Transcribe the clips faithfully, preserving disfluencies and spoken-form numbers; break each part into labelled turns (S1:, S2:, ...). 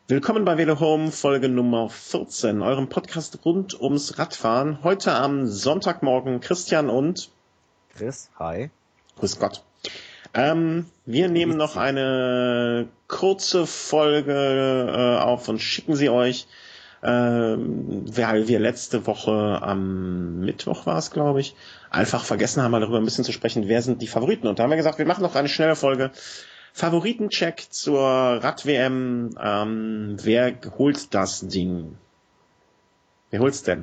S1: Willkommen bei Velo Home, Folge Nummer vierzehn, eurem Podcast rund ums Radfahren. Heute am Sonntagmorgen Christian und
S2: Chris, hi.
S1: Grüß Gott. Ähm, wir nehmen noch eine kurze Folge äh, auf und schicken sie euch, ähm, weil wir letzte Woche am Mittwoch war es, glaube ich, einfach vergessen haben, mal darüber ein bisschen zu sprechen, wer sind die Favoriten. Und da haben wir gesagt, wir machen noch eine schnelle Folge. Favoritencheck zur Rad-W M. Ähm, wer holt das Ding? Wer holt's denn?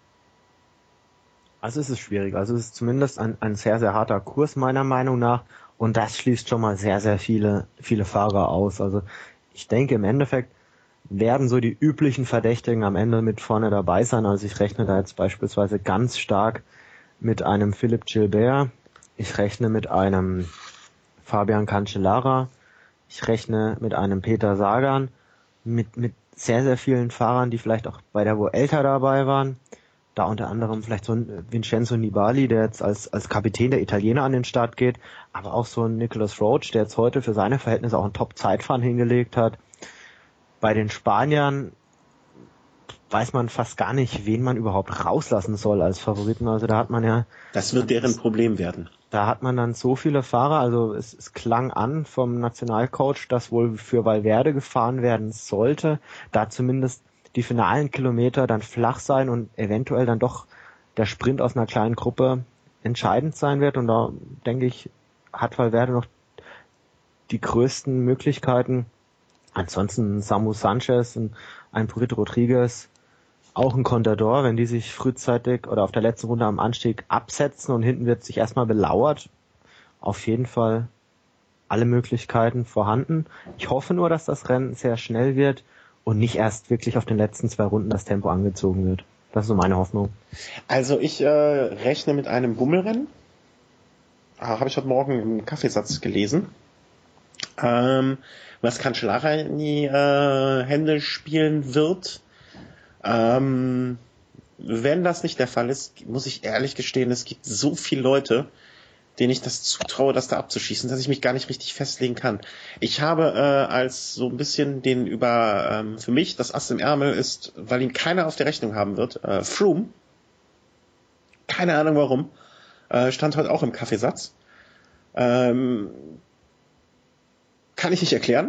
S2: Also es ist schwierig. Also es ist zumindest ein, ein sehr, sehr harter Kurs meiner Meinung nach. Und das schließt schon mal sehr, sehr viele, viele Fahrer aus. Also ich denke im Endeffekt werden so die üblichen Verdächtigen am Ende mit vorne dabei sein. Also ich rechne da jetzt beispielsweise ganz stark mit einem Philippe Gilbert. Ich rechne mit einem Fabian Cancellara. Ich rechne mit einem Peter Sagan, mit mit sehr, sehr vielen Fahrern, die vielleicht auch bei der Vuelta dabei waren. Da unter anderem vielleicht so ein Vincenzo Nibali, der jetzt als als Kapitän der Italiener an den Start geht, aber auch so ein Nicholas Roach, der jetzt heute für seine Verhältnisse auch ein Top-Zeitfahren hingelegt hat. Bei den Spaniern weiß man fast gar nicht, wen man überhaupt rauslassen soll als Favoriten. Also da hat man ja...
S1: Das wird deren Problem werden.
S2: Da hat man dann so viele Fahrer, also es, es klang an vom Nationalcoach, dass wohl für Valverde gefahren werden sollte, da zumindest die finalen Kilometer dann flach sein und eventuell dann doch der Sprint aus einer kleinen Gruppe entscheidend sein wird. Und da denke ich, hat Valverde noch die größten Möglichkeiten. Ansonsten Samu Sanchez und ein Purito Rodriguez, auch ein Contador, wenn die sich frühzeitig oder auf der letzten Runde am Anstieg absetzen und hinten wird sich erstmal belauert, auf jeden Fall alle Möglichkeiten vorhanden. Ich hoffe nur, dass das Rennen sehr schnell wird und nicht erst wirklich auf den letzten zwei Runden das Tempo angezogen wird. Das ist so meine Hoffnung.
S1: Also ich äh, rechne mit einem Bummelrennen. Ah, habe ich heute Morgen im Kaffeesatz gelesen. Ähm, was Cancellara in die äh, Hände spielen wird. Ähm, wenn das nicht der Fall ist, muss ich ehrlich gestehen, es gibt so viele Leute, denen ich das zutraue, das da abzuschießen, dass ich mich gar nicht richtig festlegen kann. Ich habe äh, als so ein bisschen den über, ähm, für mich das Ass im Ärmel ist, weil ihn keiner auf der Rechnung haben wird, äh, Froome. Keine Ahnung warum. Äh, stand heute auch im Kaffeesatz. Ähm, Kann ich nicht erklären.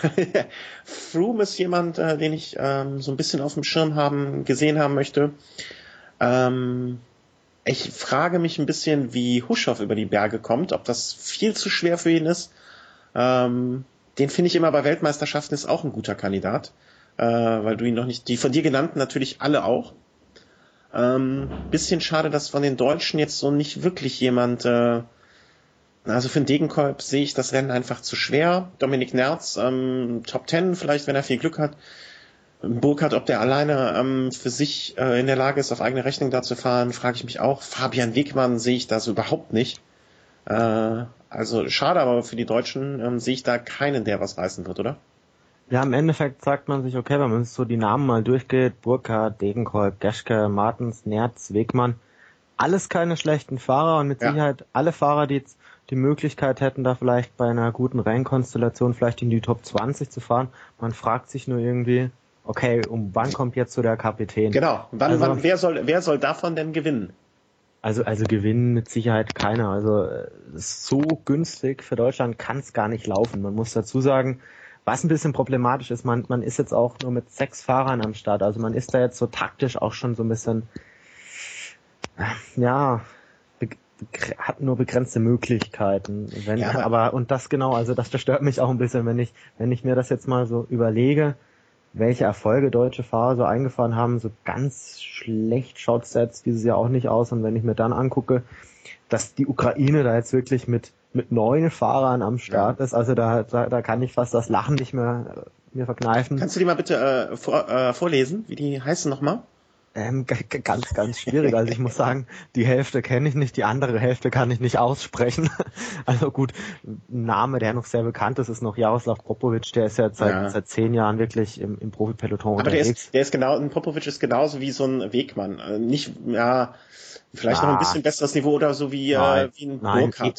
S1: Froome ist jemand, äh, den ich ähm, so ein bisschen auf dem Schirm haben, gesehen haben möchte. Ähm, ich frage mich ein bisschen, wie Hushoff über die Berge kommt, ob das viel zu schwer für ihn ist. Ähm, den finde ich immer bei Weltmeisterschaften ist auch ein guter Kandidat, äh, weil du ihn noch nicht, die von dir genannten natürlich alle auch. Ähm, bisschen schade, dass von den Deutschen jetzt so nicht wirklich jemand... Äh, Also für den Degenkolb sehe ich das Rennen einfach zu schwer. Dominik Nerz, ähm, Top Ten vielleicht, wenn er viel Glück hat. Burkhardt, ob der alleine ähm, für sich äh, in der Lage ist, auf eigene Rechnung da zu fahren, frage ich mich auch. Fabian Wegmann sehe ich da so überhaupt nicht. Äh, also schade, aber für die Deutschen ähm, sehe ich da keinen, der was reißen wird, oder?
S2: Ja, im Endeffekt sagt man sich, okay, wenn man so die Namen mal durchgeht, Burkhardt, Degenkolb, Geschke, Martens, Nerz, Wegmann, alles keine schlechten Fahrer und mit
S1: Ja.
S2: Sicherheit alle Fahrer, die jetzt die Möglichkeit hätten, da vielleicht bei einer guten Rennkonstellation vielleicht in die Top zwanzig zu fahren. Man fragt sich nur irgendwie, okay, um wann kommt jetzt so der Kapitän?
S1: Genau. Wann,
S2: Also,
S1: wann, wer soll, wer soll davon denn gewinnen?
S2: Also, also gewinnen mit Sicherheit keiner. Also äh, so günstig für Deutschland kann es gar nicht laufen. Man muss dazu sagen, was ein bisschen problematisch ist, man, man ist jetzt auch nur mit sechs Fahrern am Start. Also man ist da jetzt so taktisch auch schon so ein bisschen, ja, hat nur begrenzte Möglichkeiten. Wenn,
S1: Ja, aber,
S2: aber, und das genau, also das verstört mich auch ein bisschen, wenn ich, wenn ich mir das jetzt mal so überlege, welche Erfolge deutsche Fahrer so eingefahren haben, so ganz schlecht schaut es jetzt dieses Jahr auch nicht aus. Und wenn ich mir dann angucke, dass die Ukraine da jetzt wirklich mit, mit neun Fahrern am Start ja. ist, also da, da, da kann ich fast das Lachen nicht mehr, mir verkneifen.
S1: Kannst du die mal bitte äh, vor, äh, vorlesen, wie die heißen nochmal?
S2: Ähm, g- g- ganz, ganz schwierig. Also ich muss sagen, die Hälfte kenne ich nicht, die andere Hälfte kann ich nicht aussprechen. Also gut, ein Name, der noch sehr bekannt ist, ist noch Jaroslav Popovic, der ist ja seit, ja. seit zehn Jahren wirklich im, im Profi-Peloton
S1: Aber
S2: unterwegs.
S1: der ist, der ist genau, ein Popovic ist genauso wie so ein Wegmann. Nicht, ja, vielleicht ah. noch ein bisschen besseres Niveau oder so wie,
S2: nein,
S1: äh, wie ein
S2: nein,
S1: Burkhardt.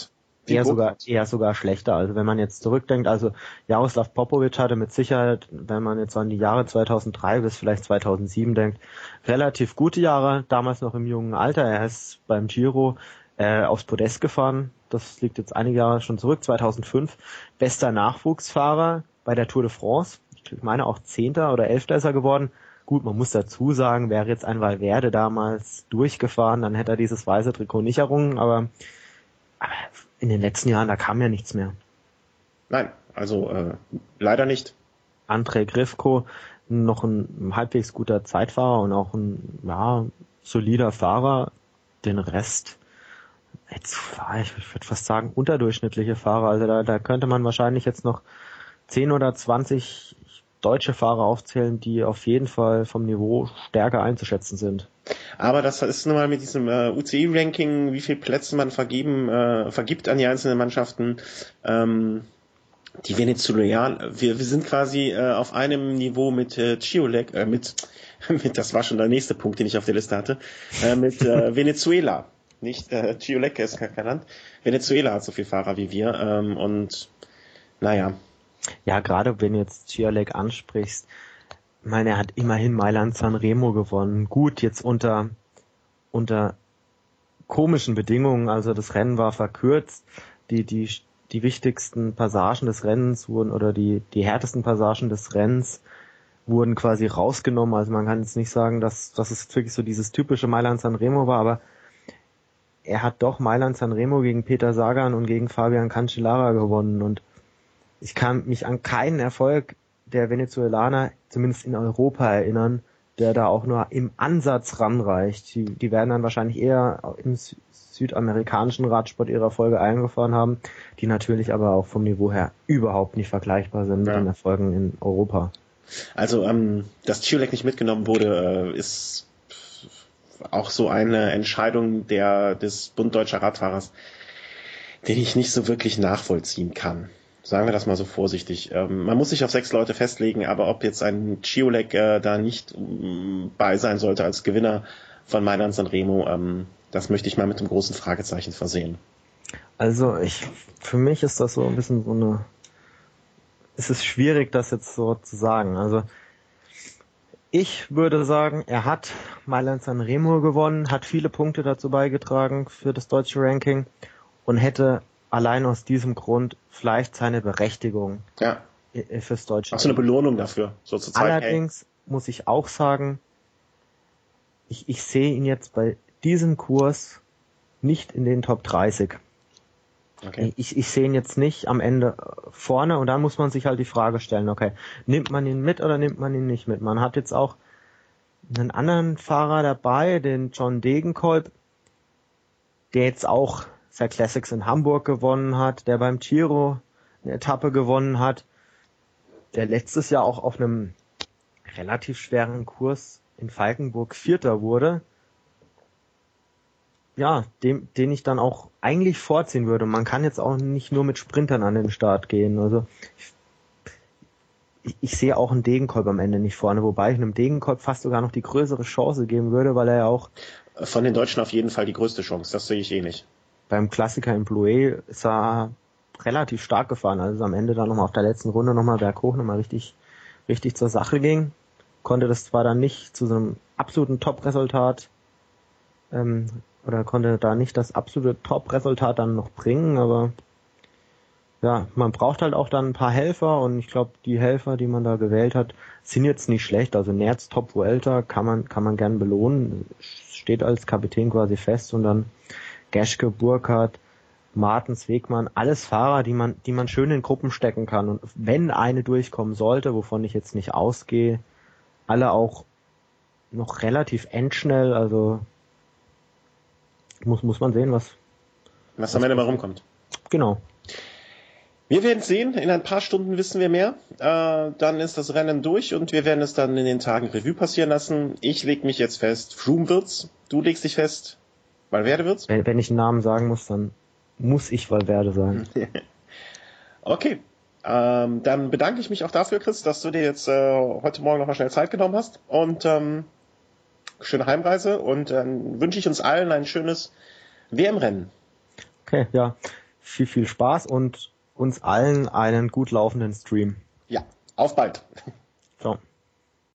S2: eher sogar, eher sogar schlechter. Also wenn man jetzt zurückdenkt, also Jaroslav Popovic hatte mit Sicherheit, wenn man jetzt an die Jahre zweitausenddrei bis vielleicht zweitausendsieben denkt, relativ gute Jahre, damals noch im jungen Alter. Er ist beim Giro äh, aufs Podest gefahren. Das liegt jetzt einige Jahre schon zurück, zweitausendfünf. Bester Nachwuchsfahrer bei der Tour de France. Ich meine auch Zehnter oder Elfter ist er geworden. Gut, man muss dazu sagen, wäre jetzt ein Valverde damals durchgefahren, dann hätte er dieses weiße Trikot nicht errungen, aber, aber in den letzten Jahren, da kam ja nichts mehr.
S1: Nein, also äh, leider nicht.
S2: Andrej Grifko, noch ein halbwegs guter Zeitfahrer und auch ein ja, solider Fahrer. Den Rest, jetzt, ich würde fast sagen, unterdurchschnittliche Fahrer. Also da, da könnte man wahrscheinlich jetzt noch zehn oder zwanzig deutsche Fahrer aufzählen, die auf jeden Fall vom Niveau stärker einzuschätzen sind.
S1: Aber das ist nun mal mit diesem äh, U C I-Ranking, wie viele Plätze man vergeben, äh, vergibt an die einzelnen Mannschaften. Ähm, die Venezuelaner, wir, wir sind quasi äh, auf einem Niveau mit äh, Chiolek, äh, mit, mit, das war schon der nächste Punkt, den ich auf der Liste hatte, äh, mit äh, Venezuela. Nicht äh, Chiolek ist kein Land. Venezuela hat so viele Fahrer wie wir ähm, und naja.
S2: Ja, gerade wenn du jetzt Chiolek ansprichst, ich meine, er hat immerhin Mailand Sanremo gewonnen. Gut, jetzt unter unter komischen Bedingungen, also das Rennen war verkürzt, die die die wichtigsten Passagen des Rennens wurden oder die die härtesten Passagen des Rennens wurden quasi rausgenommen. Also man kann jetzt nicht sagen, dass dass es wirklich so dieses typische Mailand Sanremo war, aber er hat doch Mailand Sanremo gegen Peter Sagan und gegen Fabian Cancellara gewonnen und ich kann mich an keinen Erfolg der Venezuelaner, zumindest in Europa, erinnern, der da auch nur im Ansatz ranreicht. Die, die werden dann wahrscheinlich eher im Sü- südamerikanischen Radsport ihre Erfolge eingefahren haben, die natürlich aber auch vom Niveau her überhaupt nicht vergleichbar sind
S1: ja.
S2: mit den Erfolgen in Europa.
S1: Also, ähm, dass Chiolek nicht mitgenommen wurde, äh, ist auch so eine Entscheidung der des Bund Deutscher Radfahrers, den ich nicht so wirklich nachvollziehen kann. Sagen wir das mal so vorsichtig. Ähm, man muss sich auf sechs Leute festlegen, aber ob jetzt ein Chiolek äh, da nicht ähm, bei sein sollte als Gewinner von Mailand Sanremo, ähm, das möchte ich mal mit einem großen Fragezeichen versehen.
S2: Also ich, für mich ist das so ein bisschen so eine, es ist schwierig, das jetzt so zu sagen. Also ich würde sagen, er hat Mailand Sanremo gewonnen, hat viele Punkte dazu beigetragen für das deutsche Ranking und hätte allein aus diesem Grund vielleicht seine Berechtigung
S1: ja.
S2: fürs deutsche.
S1: Auch so eine Belohnung dafür, so zu zeigen.
S2: Allerdings hey. muss ich auch sagen, ich, ich sehe ihn jetzt bei diesem Kurs nicht in den Top dreißig. Okay. Ich, ich sehe ihn jetzt nicht am Ende vorne und dann muss man sich halt die Frage stellen, okay, nimmt man ihn mit oder nimmt man ihn nicht mit? Man hat jetzt auch einen anderen Fahrer dabei, den John Degenkolb, der jetzt auch der Classics in Hamburg gewonnen hat, der beim Giro eine Etappe gewonnen hat, der letztes Jahr auch auf einem relativ schweren Kurs in Falkenburg Vierter wurde. Ja, dem, den ich dann auch eigentlich vorziehen würde. Man kann jetzt auch nicht nur mit Sprintern an den Start gehen. Also ich, ich sehe auch einen Degenkolb am Ende nicht vorne, wobei ich einem Degenkolb fast sogar noch die größere Chance geben würde, weil er ja auch
S1: von den Deutschen auf jeden Fall die größte Chance, das sehe ich eh nicht.
S2: Beim Klassiker in Bluet ist er relativ stark gefahren, also am Ende dann nochmal auf der letzten Runde nochmal berghoch, nochmal richtig, richtig zur Sache ging. Konnte das zwar dann nicht zu so einem absoluten Top-Resultat, ähm, oder konnte da nicht das absolute Top-Resultat dann noch bringen, aber ja, man braucht halt auch dann ein paar Helfer und ich glaube, die Helfer, die man da gewählt hat, sind jetzt nicht schlecht. Also Nerz Top Vuelta kann man, kann man gern belohnen, steht als Kapitän quasi fest und dann Geschke, Burkhardt, Martens, Wegmann, alles Fahrer, die man, die man schön in Gruppen stecken kann. Und wenn eine durchkommen sollte, wovon ich jetzt nicht ausgehe, alle auch noch relativ endschnell, also muss, muss man sehen, was,
S1: was am Ende mal rumkommt.
S2: Genau.
S1: Wir werden sehen, in ein paar Stunden wissen wir mehr. Äh, dann ist das Rennen durch und wir werden es dann in den Tagen Revue passieren lassen. Ich leg mich jetzt fest, Froome wird's, du legst dich fest, Valverde wird's?
S2: Wenn, wenn ich einen Namen sagen muss, dann muss ich Valverde sagen.
S1: Okay, ähm, dann bedanke ich mich auch dafür, Chris, dass du dir jetzt äh, heute Morgen noch mal schnell Zeit genommen hast und ähm, schöne Heimreise und dann äh, wünsche ich uns allen ein schönes W M-Rennen.
S2: Okay, ja. viel, viel Spaß und uns allen einen gut laufenden Stream.
S1: Ja, auf bald.
S2: Ciao.